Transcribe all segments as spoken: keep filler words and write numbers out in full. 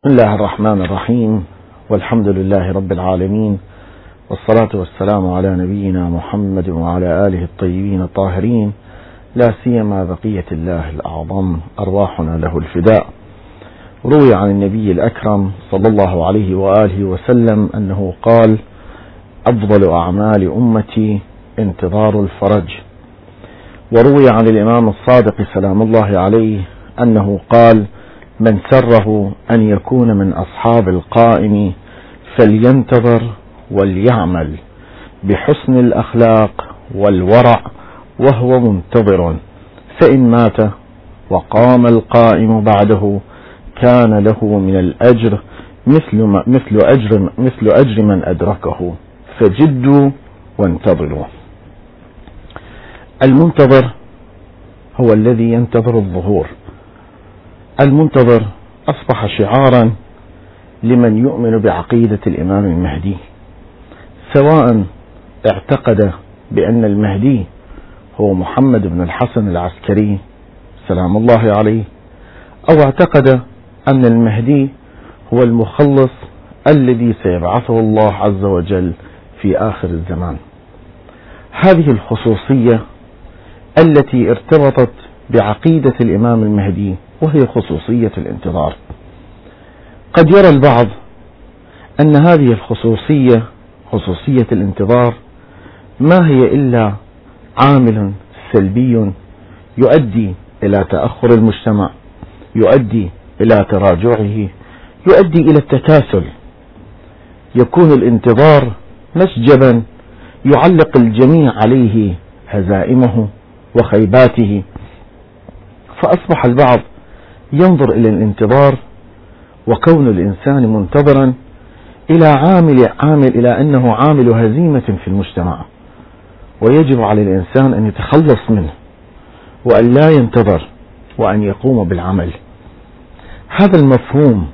بسم الله الرحمن الرحيم، والحمد لله رب العالمين، والصلاة والسلام على نبينا محمد وعلى آله الطيبين الطاهرين، لا سيما بقية الله الأعظم أرواحنا له الفداء. روي عن النبي الأكرم صلى الله عليه وآله وسلم أنه قال: أفضل أعمال أمتي انتظار الفرج. وروي عن الإمام الصادق سلام الله عليه أنه قال: من سره أن يكون من أصحاب القائم فلينتظر وليعمل بحسن الأخلاق والورع وهو منتظر، فإن مات وقام القائم بعده كان له من الأجر مثل مثل أجر مثل أجر من أدركه، فجدوا وانتظروا. المنتظر هو الذي ينتظر الظهور. المنتظر أصبح شعارا لمن يؤمن بعقيدة الإمام المهدي، سواء اعتقد بأن المهدي هو محمد بن الحسن العسكري سلام الله عليه، أو اعتقد أن المهدي هو المخلص الذي سيبعثه الله عز وجل في آخر الزمان. هذه الخصوصية التي ارتبطت بعقيدة الإمام المهدي، وهي خصوصية الانتظار. قد يرى البعض أن هذه الخصوصية خصوصية الانتظار ما هي إلا عامل سلبي يؤدي إلى تأخر المجتمع، يؤدي إلى تراجعه، يؤدي إلى التكاسل. يكون الانتظار مسجبا يعلق الجميع عليه هزائمه وخيباته، فأصبح البعض ينظر إلى الانتظار وكون الإنسان منتظرا إلى عامل عامل إلى أنه عامل هزيمة في المجتمع، ويجب على الإنسان أن يتخلص منه وأن لا ينتظر وأن يقوم بالعمل. هذا المفهوم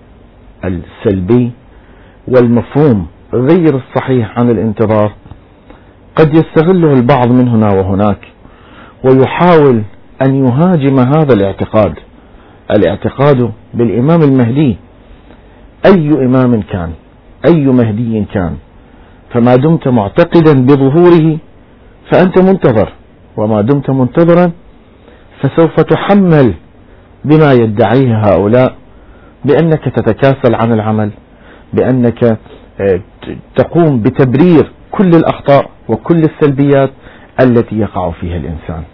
السلبي والمفهوم غير الصحيح عن الانتظار قد يستغله البعض من هنا وهناك، ويحاول أن يهاجم هذا الاعتقاد الاعتقاد بالإمام المهدي. أي إمام كان، أي مهدي كان، فما دمت معتقدا بظهوره فأنت منتظر، وما دمت منتظرا فسوف تحمل بما يدعيه هؤلاء بأنك تتكاسل عن العمل، بأنك تقوم بتبرير كل الأخطاء وكل السلبيات التي يقع فيها الإنسان.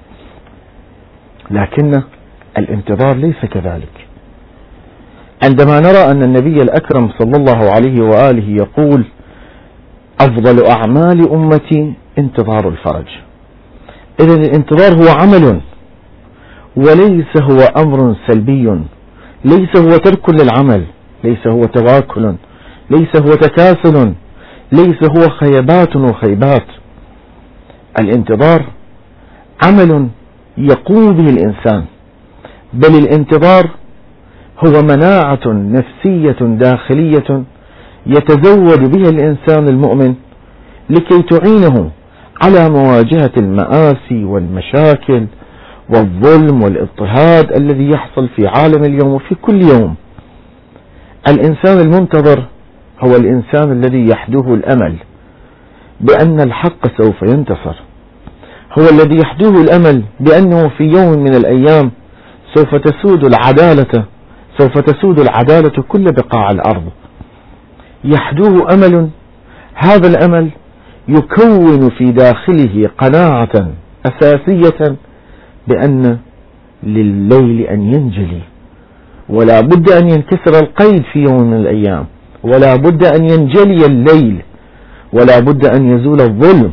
لكن الانتظار ليس كذلك. عندما نرى أن النبي الأكرم صلى الله عليه وآله يقول: أفضل أعمال أمتي انتظار الفرج، إذن الانتظار هو عمل وليس هو أمر سلبي، ليس هو ترك للعمل، ليس هو تواكل، ليس هو تكاسل، ليس هو خيبات وخيبات. الانتظار عمل يقوم به الإنسان، بل الانتظار هو مناعة نفسية داخلية يتزود بها الإنسان المؤمن لكي تعينه على مواجهة المآسي والمشاكل والظلم والاضطهاد الذي يحصل في عالم اليوم وفي كل يوم. الإنسان المنتظر هو الإنسان الذي يحدوه الأمل بأن الحق سوف ينتصر، هو الذي يحدوه الأمل بأنه في يوم من الأيام سوف تسود العدالة سوف تسود العدالة كل بقاع الأرض. يحدوه أمل، هذا الأمل يكون في داخله قناعة أساسية بأن لليل أن ينجلي، ولا بد أن ينكسر القيد في يوم من الأيام، ولا بد أن ينجلي الليل، ولا بد أن يزول الظلم.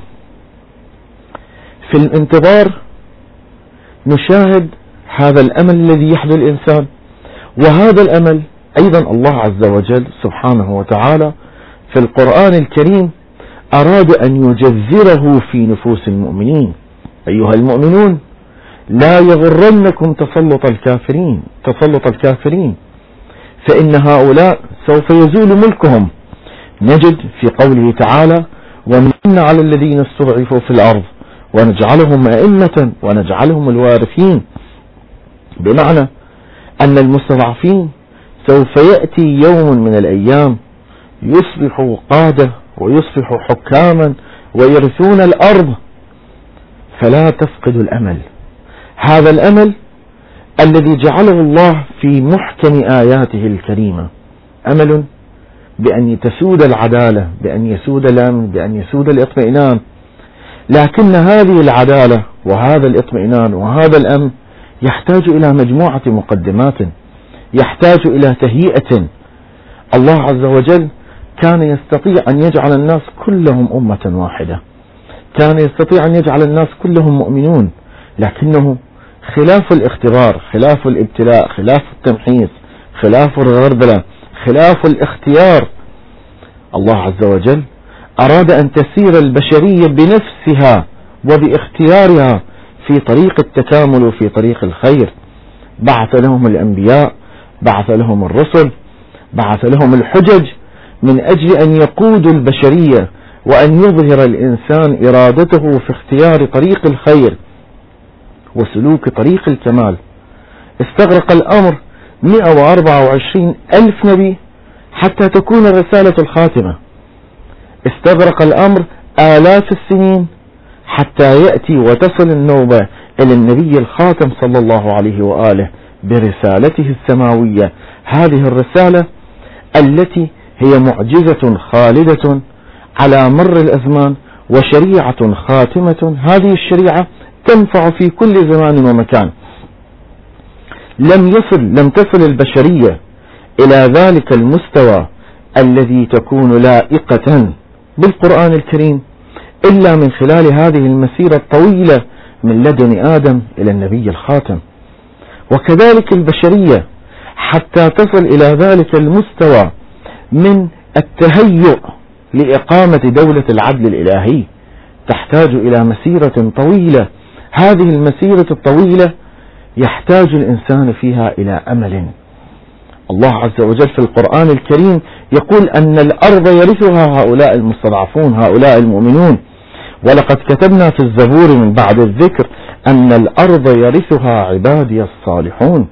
في الانتظار نشاهد هذا الأمل الذي يحدو الإنسان، وهذا الأمل أيضا الله عز وجل سبحانه وتعالى في القرآن الكريم أراد أن يجذره في نفوس المؤمنين. أيها المؤمنون لا يغرنكم تسلط الكافرين تسلط الكافرين فإن هؤلاء سوف يزول ملكهم. نجد في قوله تعالى: ومن على الذين استضعفوا في الأرض ونجعلهم أئمة ونجعلهم الوارثين، بمعنى أن المستضعفين سوف يأتي يوم من الأيام يصبح قادة ويصبح حكاما ويرثون الأرض، فلا تفقد الأمل. هذا الأمل الذي جعله الله في محكم آياته الكريمة، أمل بأن تسود العدالة، بأن يسود الأمن، بأن يسود الاطمئنان. لكن هذه العدالة وهذا الاطمئنان وهذا الأمن يحتاج إلى مجموعة مقدمات، يحتاج إلى تهيئة. الله عز وجل كان يستطيع أن يجعل الناس كلهم أمة واحدة، كان يستطيع أن يجعل الناس كلهم مؤمنون، لكنه خلاف الاختبار، خلاف الابتلاء، خلاف التمحيص، خلاف الغربلة، خلاف الاختيار. الله عز وجل أراد أن تسير البشرية بنفسها وباختيارها في طريق التكامل وفي طريق الخير. بعث لهم الأنبياء، بعث لهم الرسل، بعث لهم الحجج من أجل أن يقودوا البشرية وأن يظهر الإنسان إرادته في اختيار طريق الخير وسلوك طريق الكمال. استغرق الأمر مئة وأربعة وعشرين ألف نبي حتى تكون الرسالة الخاتمة، استغرق الأمر آلاف السنين حتى يأتي وتصل النوبة إلى النبي الخاتم صلى الله عليه وآله برسالته السماوية. هذه الرسالة التي هي معجزة خالدة على مر الأزمان وشريعة خاتمة، هذه الشريعة تنفع في كل زمان ومكان. لم يصل لم تصل البشرية إلى ذلك المستوى الذي تكون لائقة بالقرآن الكريم إلا من خلال هذه المسيرة الطويلة من لدن آدم إلى النبي الخاتم. وكذلك البشرية حتى تصل إلى ذلك المستوى من التهيؤ لإقامة دولة العدل الإلهي تحتاج إلى مسيرة طويلة. هذه المسيرة الطويلة يحتاج الإنسان فيها إلى أمل. الله عز وجل في القرآن الكريم يقول أن الأرض يرثها هؤلاء المستضعفون، هؤلاء المؤمنون. ولقد كتبنا في الزبور من بعد الذكر أن الأرض يرثها عبادي الصالحون.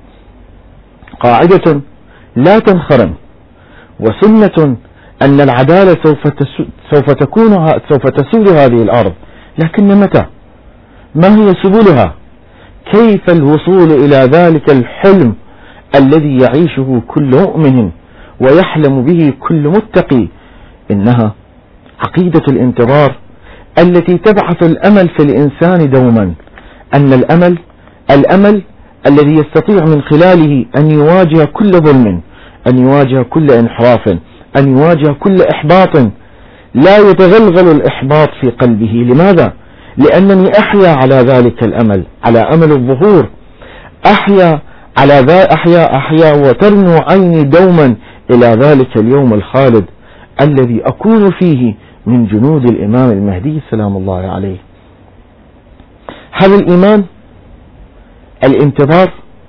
قاعدة لا تنخرم، وسنة أن العدالة سوف سوف تكون سوف تسود هذه الأرض، لكن متى؟ ما هي سبلها؟ كيف الوصول إلى ذلك الحلم الذي يعيشه كل مؤمن ويحلم به كل متقي؟ إنها عقيدة الانتظار التي تبعث الأمل في الإنسان دوما. أن الأمل الأمل الذي يستطيع من خلاله أن يواجه كل ظلم، أن يواجه كل انحراف، أن يواجه كل إحباط. لا يتغلغل الإحباط في قلبه. لماذا؟ لأنني أحيا على ذلك الأمل، على أمل الظهور. أحيا على ذا أحيا أحيا وترنو عيني دوما إلى ذلك اليوم الخالد الذي أكون فيه من جنود الإمام المهدي سلام الله عليه. هذا الإيمان، الانتظار.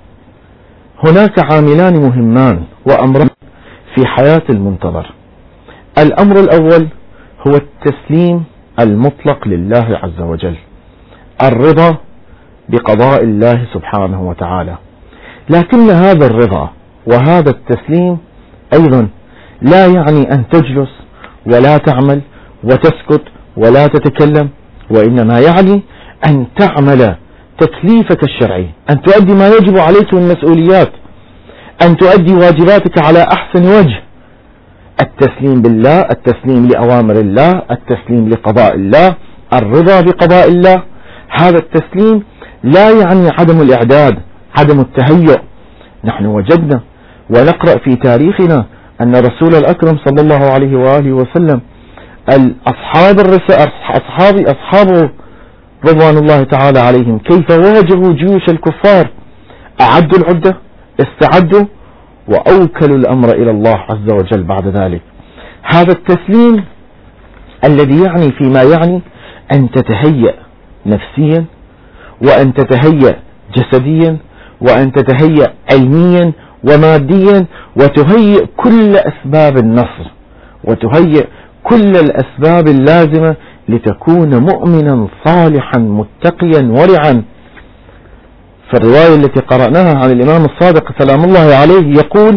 هناك عاملان مهمان وأمران في حياة المنتظر. الأمر الأول هو التسليم المطلق لله عز وجل، الرضا بقضاء الله سبحانه وتعالى. لكن هذا الرضا وهذا التسليم أيضا لا يعني أن تجلس ولا تعمل وتسكت ولا تتكلم، وإنما يعني أن تعمل تكليفك الشرعي، أن تؤدي ما يجب عليك من مسؤوليات، أن تؤدي واجباتك على أحسن وجه. التسليم بالله، التسليم لأوامر الله، التسليم لقضاء الله، الرضا بقضاء الله. هذا التسليم لا يعني عدم الإعداد، عدم التهيؤ. نحن وجدنا ونقرأ في تاريخنا أن رسول الأكرم صلى الله عليه وآله وسلم الأصحاب الرسائل أصحاب أصحابه رضوان الله تعالى عليهم كيف واجهوا جيوش الكفار. أعدوا العدة، استعدوا، وأوكلوا الأمر إلى الله عز وجل بعد ذلك. هذا التسليم الذي يعني فيما يعني أن تتهيأ نفسيا، وأن تتهيأ جسديا، وأن تتهيأ علميا وماديا، وتهيئ كل أسباب النصر، وتهيئ كل الأسباب اللازمة لتكون مؤمنا صالحا متقيا ورعا. في الرواية التي قرأناها عن الإمام الصادق سلام الله عليه يقول: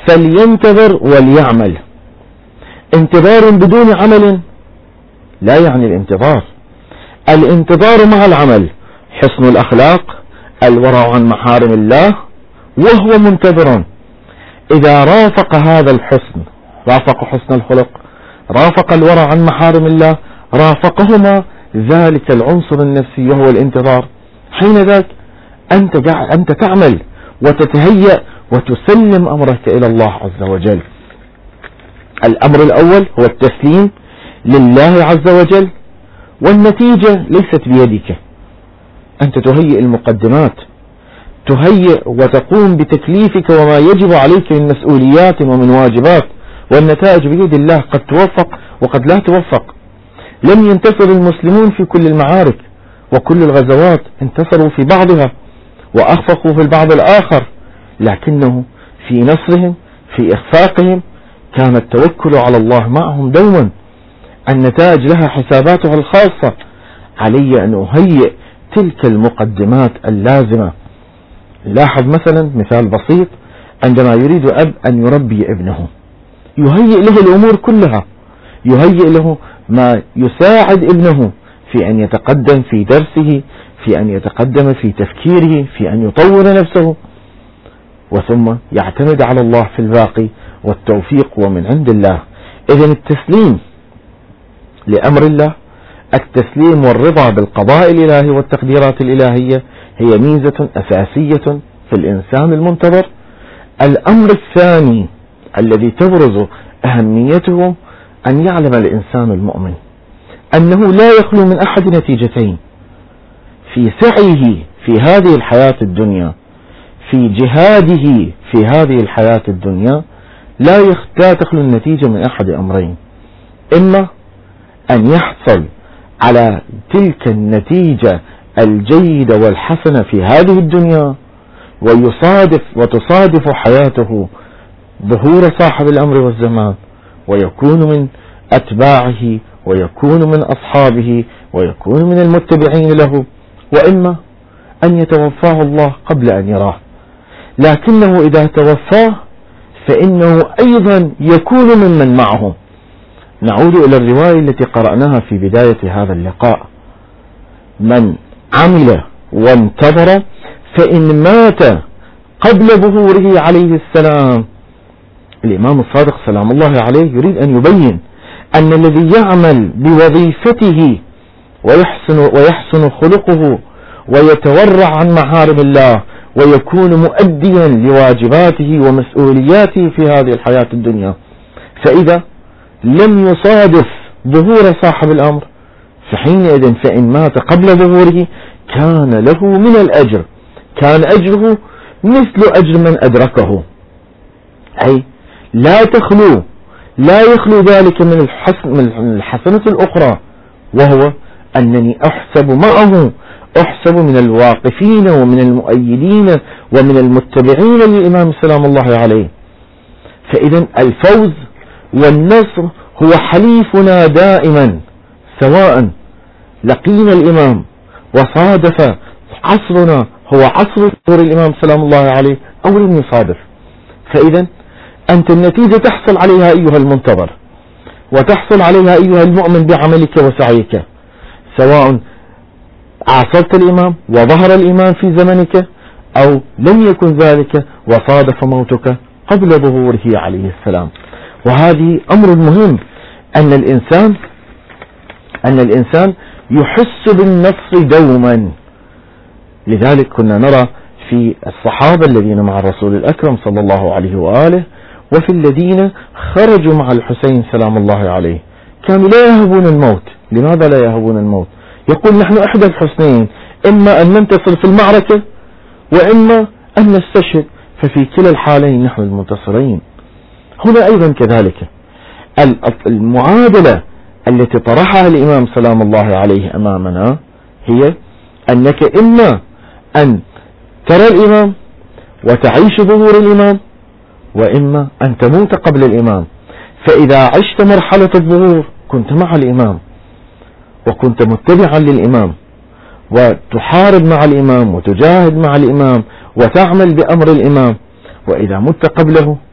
فلينتظر وليعمل. انتظار بدون عمل لا يعني الانتظار. الانتظار مع العمل حسن الأخلاق، الورع عن محارم الله، وهو منتظر. إذا رافق هذا الحسن، رافق حسن الخلق، رافق الورع عن محارم الله، رافقهما ذلك العنصر النفسي وهو الانتظار، حين ذاك أنت أنت تعمل وتتهيأ وتسلم أمرك إلى الله عز وجل. الأمر الأول هو التسليم لله عز وجل، والنتيجة ليست بيدك. أنت تهيئ المقدمات، تهيئ وتقوم بتكليفك وما يجب عليك من مسؤوليات ومن واجبات، والنتائج بيد الله، قد توفق وقد لا توفق. لم ينتصر المسلمون في كل المعارك وكل الغزوات، انتصروا في بعضها وأخفقوا في البعض الآخر، لكنه في نصرهم في إخفاقهم كان التوكل على الله معهم دوما. النتائج لها حساباتها الخاصة، علي أن أهيئ تلك المقدمات اللازمة. لاحظ مثلا مثال بسيط، عندما يريد أب أن يربي ابنه يهيئ له الأمور كلها، يهيئ له ما يساعد ابنه في أن يتقدم في درسه، في أن يتقدم في تفكيره، في أن يطور نفسه، وثم يعتمد على الله في الباقي، والتوفيق ومن عند الله. إذن التسليم لأمر الله، التسليم والرضا بالقضاء الإلهي والتقديرات الإلهية هي ميزة أساسية في الإنسان المنتظر. الأمر الثاني الذي تبرز أهميته أن يعلم الإنسان المؤمن أنه لا يخلو من أحد نتيجتين في سعيه في هذه الحياة الدنيا، في جهاده في هذه الحياة الدنيا، لا لا تخلو النتيجة من أحد أمرين: إما أن يحصل على تلك النتيجة الجيدة والحسنة في هذه الدنيا، ويصادف وتصادف حياته ظهور صاحب الأمر والزمان، ويكون من أتباعه ويكون من أصحابه ويكون من المتبعين له، وإما أن يتوفاه الله قبل أن يراه، لكنه إذا توفاه فإنه أيضا يكون ممن معه. نعود إلى الرواية التي قرأناها في بداية هذا اللقاء: من عمل وانتظر فإن مات قبل ظهوره عليه السلام. الإمام الصادق سلام الله عليه يريد أن يبين أن الذي يعمل بوظيفته ويحسن, ويحسن خلقه ويتورع عن محارم الله ويكون مؤديا لواجباته ومسؤولياته في هذه الحياة الدنيا، فإذا لم يصادف ظهور صاحب الأمر فحينئذ فإن مات قبل ظهوره كان له من الأجر، كان أجره مثل أجر من أدركه. أي لا تخلو لا يخلو ذلك من الحسن من الحسنة الأخرى، وهو أنني أحسب معه، أحسب من الواقفين ومن المؤيدين ومن المتبعين للإمام سلام الله عليه. فإذا الفوز والنصر هو حليفنا دائما، سواء لقينا الإمام وصادف عصرنا هو عصر ظهور الإمام سلام الله عليه أو لم يصادف. فإذا أنت النتيجة تحصل عليها أيها المنتظر، وتحصل عليها أيها المؤمن بعملك وسعيك، سواء عاصرت الإمام وظهر الإمام في زمنك أو لم يكن ذلك وصادف موتك قبل ظهوره عليه السلام. وهذه أمر مهم، أن الإنسان أن الإنسان يحس بالنصر دوما. لذلك كنا نرى في الصحابة الذين مع الرسول الأكرم صلى الله عليه وآله وفي الذين خرجوا مع الحسين سلام الله عليه كانوا لا يهبون الموت. لماذا لا يهبون الموت؟ يقول نحن إحدى الحسنين، إما أن ننتصر في المعركة وإما أن نستشهد، ففي كلا الحالين نحن المنتصرين. هنا أيضا كذلك المعادلة التي طرحها الإمام سلام الله عليه أمامنا هي أنك إما أن ترى الإمام وتعيش ظهور الإمام، وإما أن تموت قبل الإمام. فإذا عشت مرحلة الظهور كنت مع الإمام وكنت متبعا للإمام وتحارب مع الإمام وتجاهد مع الإمام وتعمل بأمر الإمام، وإذا مت قبله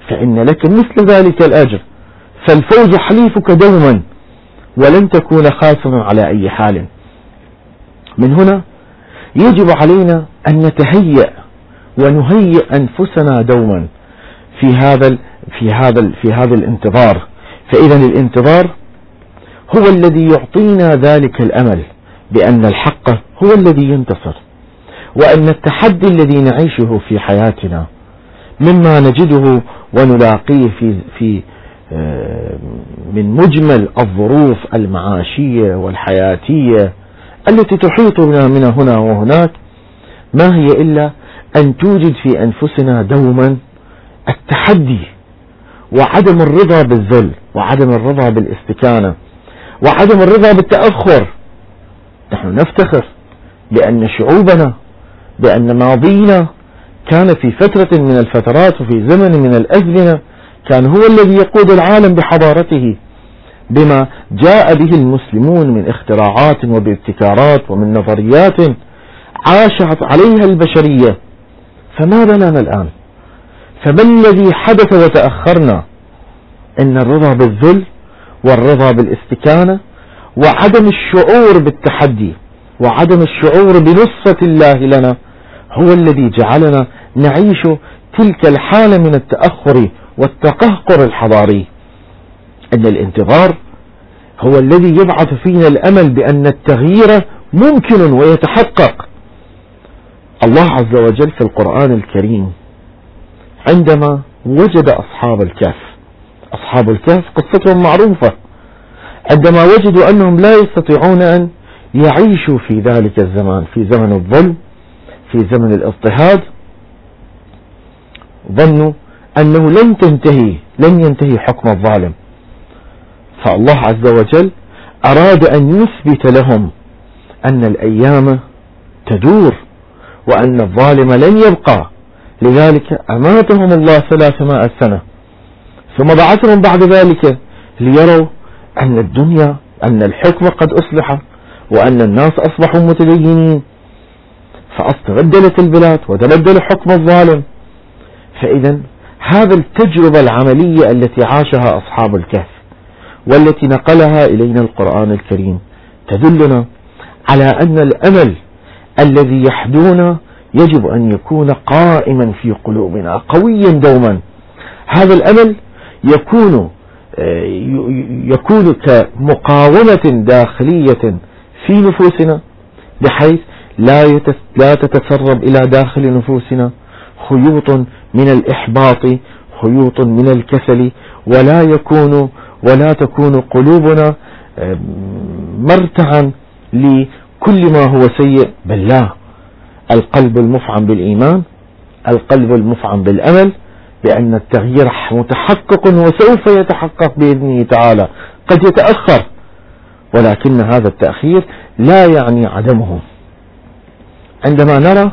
فإن لك مثل ذلك الأجر، فالفوز حليفك دوما ولن تكون خاسرا على أي حال. من هنا يجب علينا أن نتهيأ ونهيئ أنفسنا دوما في هذا في هذا في هذا الانتظار. فإذا الانتظار هو الذي يعطينا ذلك الأمل بأن الحق هو الذي ينتصر، وأن التحدي الذي نعيشه في حياتنا مما نجده ونلاقيه في في من مجمل الظروف المعاشية والحياتية التي تحيط بنا من هنا وهناك، ما هي إلا أن توجد في أنفسنا دوما التحدي وعدم الرضا بالذل وعدم الرضا بالاستكانة وعدم الرضا بالتأخر. نحن نفتخر بأن شعوبنا بأن ماضينا كان في فترة من الفترات وفي زمن من الأزمنة كان هو الذي يقود العالم بحضارته بما جاء به المسلمون من اختراعات وبابتكارات ومن نظريات عاشت عليها البشرية. فماذا لنا الآن؟ فما الذي حدث وتأخرنا؟ إن الرضا بالذل والرضا بالاستكانة وعدم الشعور بالتحدي وعدم الشعور بنصرة الله لنا هو الذي جعلنا نعيش تلك الحالة من التأخر والتقهقر الحضاري. أن الانتظار هو الذي يبعث فينا الأمل بأن التغيير ممكن ويتحقق. الله عز وجل في القرآن الكريم عندما وجد أصحاب الكهف، أصحاب الكهف قصتهم معروفة، عندما وجدوا أنهم لا يستطيعون أن يعيشوا في ذلك الزمان، في زمن الظلم، في زمن الاضطهاد، ظنوا أنه لن تنتهي لن ينتهي حكم الظالم، فالله عز وجل أراد أن يثبت لهم أن الأيام تدور وأن الظالم لن يبقى. لذلك أماتهم الله ثلاثمائة سنة ثم بعثهم بعد ذلك ليروا أن الدنيا أن الحكم قد أصلح وأن الناس أصبحوا متدينين، فاستبدلت البلاد وتبدل حكم الظالم. فإذا هذا التجربة العملية التي عاشها أصحاب الكهف والتي نقلها إلينا القرآن الكريم تدلنا على أن الأمل الذي يحدونا يجب أن يكون قائما في قلوبنا قويا دوما. هذا الأمل يكون يكون كمقاومة داخلية في نفوسنا بحيث لا لا تتسرب إلى داخل نفوسنا خيوط من الإحباط، خيوط من الكسل، ولا يكون ولا تكون قلوبنا مرتعا لكل ما هو سيء، بل لا، القلب المفعم بالإيمان، القلب المفعم بالأمل بأن التغيير متحقق وسوف يتحقق بإذنه تعالى، قد يتأخر ولكن هذا التأخير لا يعني عدمه. عندما نرى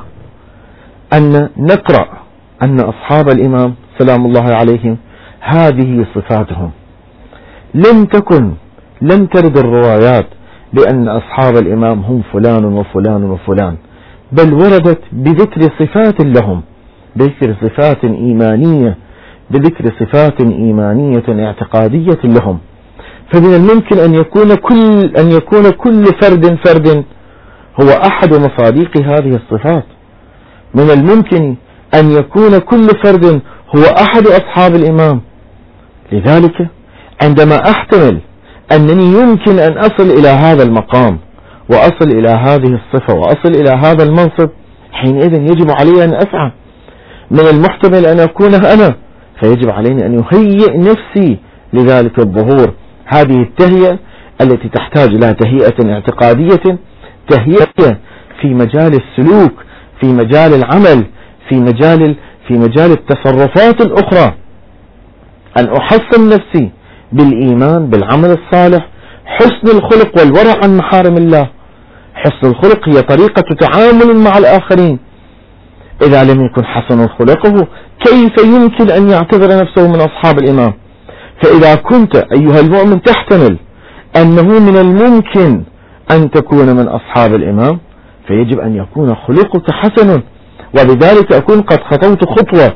أن نقرأ أن أصحاب الإمام سلام الله عليهم هذه صفاتهم، لم تكن لم ترد الروايات بأن أصحاب الإمام هم فلان وفلان وفلان، بل وردت بذكر صفات لهم، بذكر صفات إيمانية بذكر صفات إيمانية اعتقادية لهم. فمن الممكن أن يكون كل أن يكون كل فرد فرد هو أحد مصادق هذه الصفات، من الممكن أن يكون كل فرد هو أحد أصحاب الإمام. لذلك عندما أحتمل أنني يمكن أن أصل إلى هذا المقام وأصل إلى هذه الصفة وأصل إلى هذا المنصب، حينئذ يجب علي أن أسعى. من المحتمل أن أكون أنا، فيجب علينا أن يهيئ نفسي لذلك الظهور. هذه التهيئة التي تحتاج إلى تهيئة اعتقادية، تهيئة في مجال السلوك، في مجال العمل، في مجال في مجال التصرفات الأخرى، أن أحصن نفسي بالإيمان بالعمل الصالح، حسن الخلق والورع عن محارم الله. حسن الخلق هي طريقة تعامل مع الآخرين، إذا لم يكن حسن خلقه كيف يمكن أن يعتبر نفسه من أصحاب الإمام؟ فإذا كنت أيها المؤمن تحتمل أنه من الممكن أن تكون من أصحاب الإمام، فيجب أن يكون خلقك حسن، وبذلك أكون قد خطوت خطوة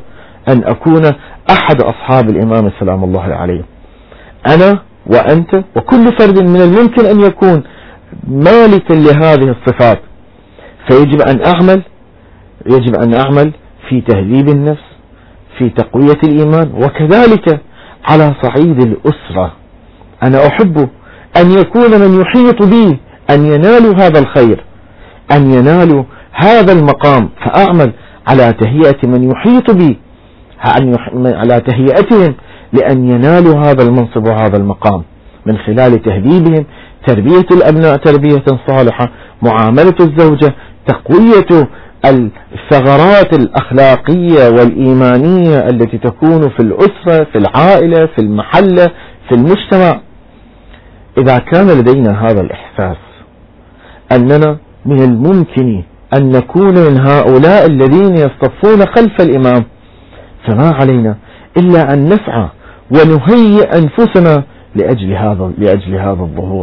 أن أكون أحد أصحاب الإمام سلام الله عليه. أنا وأنت وكل فرد من الممكن أن يكون مالكا لهذه الصفات، فيجب أن أعمل يجب أن أعمل في تهذيب النفس، في تقوية الإيمان، وكذلك على صعيد الأسرة. أنا أحب أن يكون من يحيط بي أن ينالوا هذا الخير، أن ينالوا هذا المقام، فأعمل على تهيئة من يحيط بي، على تهيئتهم لأن ينالوا هذا المنصب وهذا المقام من خلال تهذيبهم، تربية الأبناء تربية صالحة، معاملة الزوجة، تقوية الثغرات الأخلاقية والإيمانية التي تكون في الأسرة، في العائلة، في المحلة، في المجتمع. إذا كان لدينا هذا الإحساس أننا من الممكن أن نكون من هؤلاء الذين يصطفون خلف الإمام، فما علينا إلا أن نسعى ونهيئ أنفسنا لأجل هذا لأجل هذا الظهور.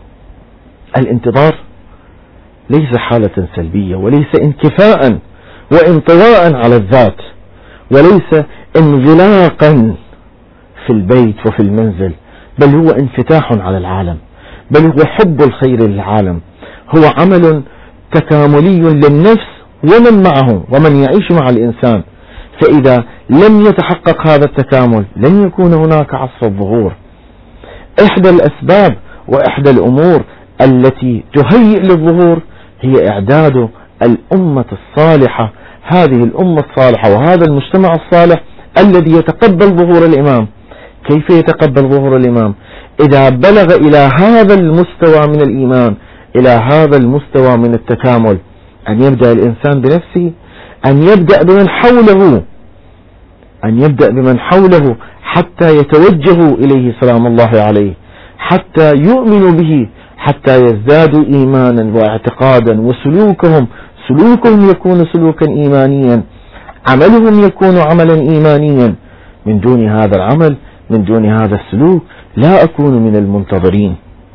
الانتظار ليس حالة سلبية، وليس انكفاء وانطواء على الذات، وليس انغلاقا في البيت وفي المنزل، بل هو انفتاح على العالم، بل هو حب الخير للعالم، هو عمل تكاملي للنفس ومن معه ومن يعيش مع الإنسان. فإذا لم يتحقق هذا التكامل لن يكون هناك عصف الظهور. إحدى الأسباب وإحدى الأمور التي تهيئ للظهور هي إعداد الأمة الصالحة، هذه الأمة الصالحة وهذا المجتمع الصالح الذي يتقبل ظهور الإمام. كيف يتقبل ظهور الإمام؟ إذا بلغ إلى هذا المستوى من الإيمان، إلى هذا المستوى من التكامل، أن يبدأ الإنسان بنفسه، أن يبدأ بمن حوله أن يبدأ بمن حوله حتى يتوجهوا إليه سلام الله عليه، حتى يؤمنوا به، حتى يزدادوا إيمانا واعتقادا، وسلوكهم سلوكهم يكون سلوكا إيمانيا، عملهم يكون عملا إيمانيا. من دون هذا العمل، من دون هذا السلوك، لا أكون من المنتظرين.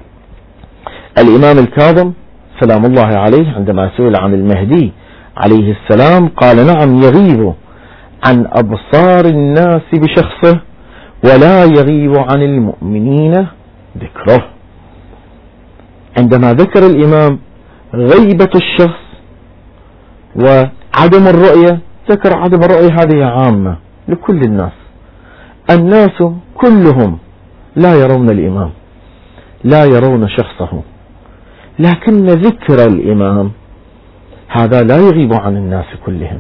الإمام الكاظم سلام الله عليه عندما سئل عن المهدي عليه السلام قال: نعم، يغيب عن أبصار الناس بشخصه ولا يغيب عن المؤمنين ذكره. عندما ذكر الإمام غيبة الشخص وعدم الرؤية، ذكر عدم الرؤية هذه عامة لكل الناس، الناس كلهم لا يرون الإمام، لا يرون شخصه، لكن ذكر الإمام هذا لا يغيب عن الناس كلهم.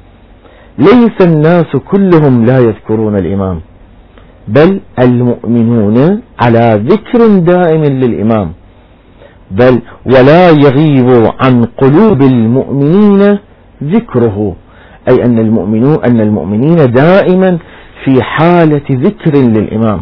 ليس الناس كلهم لا يذكرون الإمام، بل المؤمنون على ذكر دائم للإمام، بل ولا يغيب عن قلوب المؤمنين ذكره، أي أن المؤمنون أن المؤمنين دائما في حالة ذكر للإمام.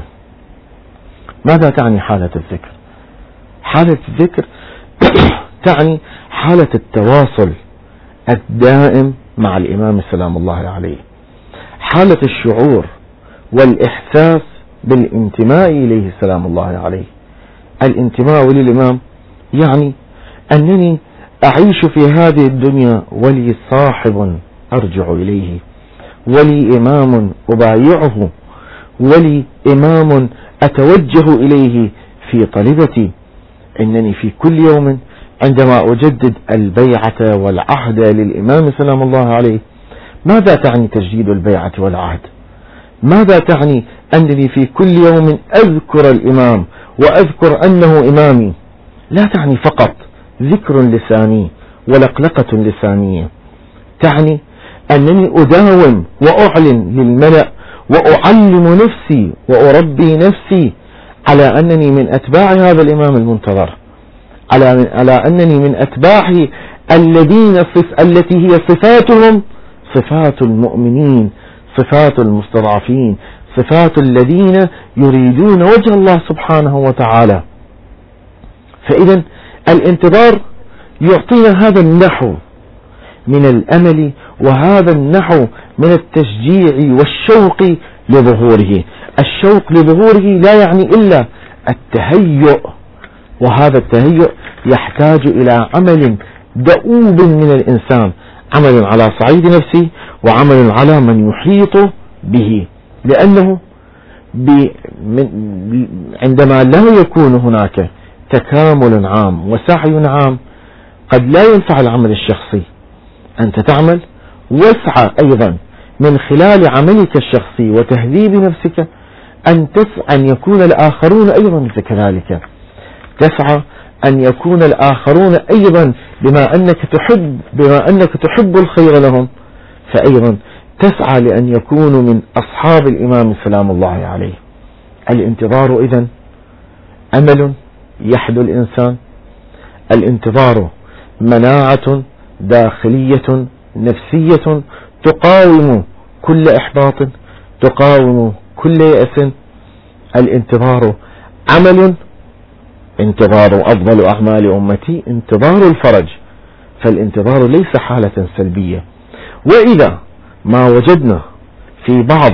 ماذا تعني حالة الذكر؟ حالة الذكر تعني حالة التواصل الدائم مع الإمام سلام الله عليه، حالة الشعور والإحساس بالانتماء إليه سلام الله عليه. الانتماء للإمام يعني أنني أعيش في هذه الدنيا ولي صاحب أرجع إليه، ولي إمام أبايعه، ولي إمام أتوجه إليه في طلبتي. إنني في كل يوم عندما أجدد البيعة والعهد للإمام سلام الله عليه. ماذا تعني تجديد البيعة والعهد؟ ماذا تعني أنني في كل يوم أذكر الإمام وأذكر أنه إمامي؟ لا تعني فقط ذكر لساني ولقلقة لسانية، تعني أنني أداوم وأعلن للملأ وأعلم نفسي وأربي نفسي على أنني من أتباع هذا الإمام المنتظر، على على أنني من أتباعه الذين صف التي هي صفاتهم صفات المؤمنين، صفات المستضعفين، صفات الذين يريدون وجه الله سبحانه وتعالى. فإذا الانتظار يعطينا هذا النحو من الأمل وهذا النحو من التشجيع والشوق لظهوره. الشوق لظهوره لا يعني إلا التهيؤ، وهذا التهيؤ يحتاج إلى عمل دؤوب من الإنسان، عمل على صعيد نفسه، وعمل على من يحيط به، لأنه عندما لا يكون هناك تكامل عام وسعي عام قد لا ينفع العمل الشخصي. أنت تعمل واسعى أيضا من خلال عملك الشخصي وتهذيب نفسك أن تسعى أن يكون الآخرون أيضا مثل كذلك، تسعى أن يكون الآخرون أيضا بما أنك تحب بما أنك تحب الخير لهم، فأيضا تسعى لأن يكونوا من أصحاب الإمام سلام الله عليه. الانتظار إذن أمل يحدو الإنسان، الانتظار مناعة داخلية نفسية تقاوم كل إحباط، تقاوم كل يأس. الانتظار عمل، انتظار أفضل أعمال أمتي انتظار الفرج، فالانتظار ليس حالة سلبية. وإذا ما وجدنا في بعض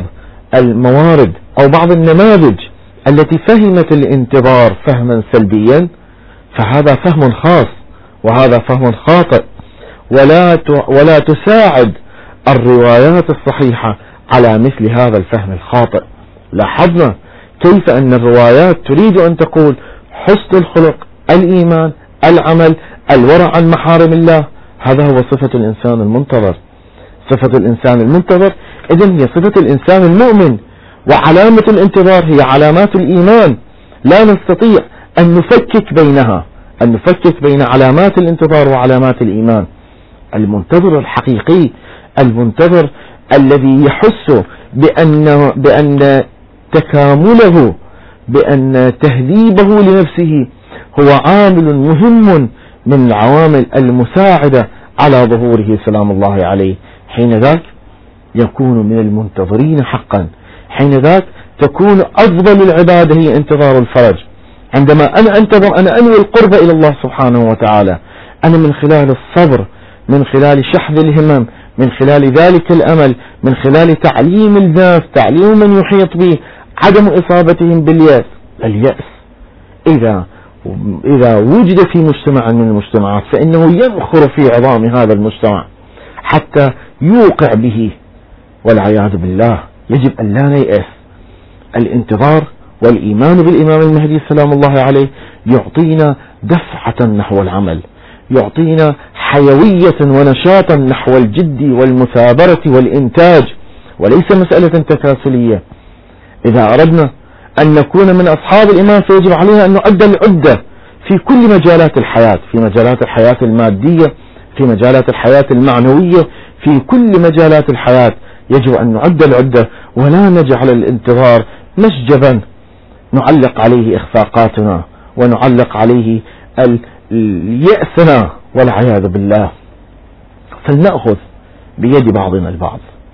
الموارد أو بعض النماذج التي فهمت الانتظار فهما سلبيا فهذا فهم خاص وهذا فهم خاطئ، ولا ولا تساعد الروايات الصحيحة على مثل هذا الفهم الخاطئ. لاحظنا كيف أن الروايات تريد أن تقول حسن الخلق، الإيمان، العمل، الورع عن محارم الله، هذا هو صفة الإنسان المنتظر. صفة الإنسان المنتظر إذن هي صفة الإنسان المؤمن، وعلامة الانتظار هي علامات الإيمان. لا نستطيع أن نفكك بينها، أن نفكك بين علامات الانتظار وعلامات الإيمان. المنتظر الحقيقي، المنتظر الذي يحس بأن بأن تكامله، بأن تهذيبه لنفسه هو عامل مهم من العوامل المساعدة على ظهوره سلام الله عليه، حين ذاك يكون من المنتظرين حقا. حين ذاك تكون أفضل العبادة هي انتظار الفرج. عندما أنا أنتظر أنا أنوي القرب إلى الله سبحانه وتعالى، أنا من خلال الصبر، من خلال شحذ الهمم، من خلال ذلك الأمل، من خلال تعليم الناس، تعليم من يحيط به، عدم إصابتهم باليأس. اليأس إذا إذا وجد في مجتمع من المجتمعات فإنه ينخر في عظام هذا المجتمع حتى يوقع به، والعياذ بالله. يجب أن لا نيأس. الانتظار والإيمان بالإمام المهدي سلام الله عليه يعطينا دفعة نحو العمل، يعطينا حيوية ونشاطا نحو الجد والمثابرة والإنتاج، وليس مسألة تكاسلية. إذا أردنا أن نكون من أصحاب الإمام فيجب علينا أن نعد العدة في كل مجالات الحياة، في مجالات الحياة المادية، في مجالات الحياة المعنوية، في كل مجالات الحياة يجب أن نعد العدة، ولا نجعل الانتظار مشجبا نعلق عليه إخفاقاتنا ونعلق عليه اليأسنا والعياذ بالله. فلنأخذ بيد بعضنا البعض،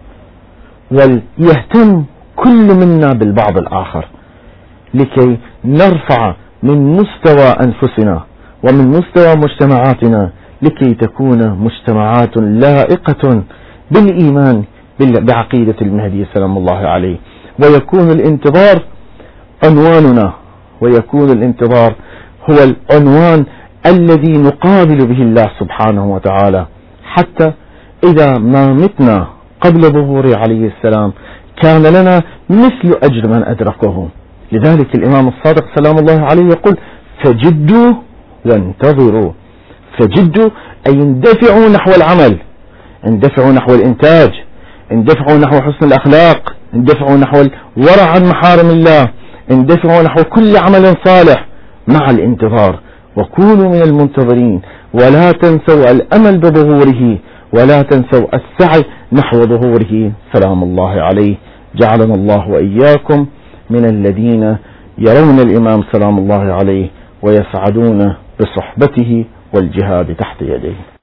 وليهتم كل منا بالبعض الآخر لكي نرفع من مستوى أنفسنا ومن مستوى مجتمعاتنا، لكي تكون مجتمعات لائقة بالإيمان بعقيدة المهدي سلام الله عليه، ويكون الانتظار عنواننا، ويكون الانتظار هو العنوان الذي نقابل به الله سبحانه وتعالى، حتى إذا ما متنا قبل ظهوره عليه السلام كان لنا مثل أجر من أدركه. لذلك الإمام الصادق سلام الله عليه يقول فجدوا وانتظروا. فجدوا أي اندفعوا نحو العمل، اندفعوا نحو الإنتاج، اندفعوا نحو حسن الأخلاق، اندفعوا نحو الورع عن محارم الله، اندفعوا نحو كل عمل صالح مع الانتظار، وكونوا من المنتظرين، ولا تنسوا الأمل بظهوره، ولا تنسوا السعي نحو ظهوره سلام الله عليه. جعلنا الله وإياكم من الذين يرون الإمام سلام الله عليه ويسعدون بصحبته والجهاد تحت يديه.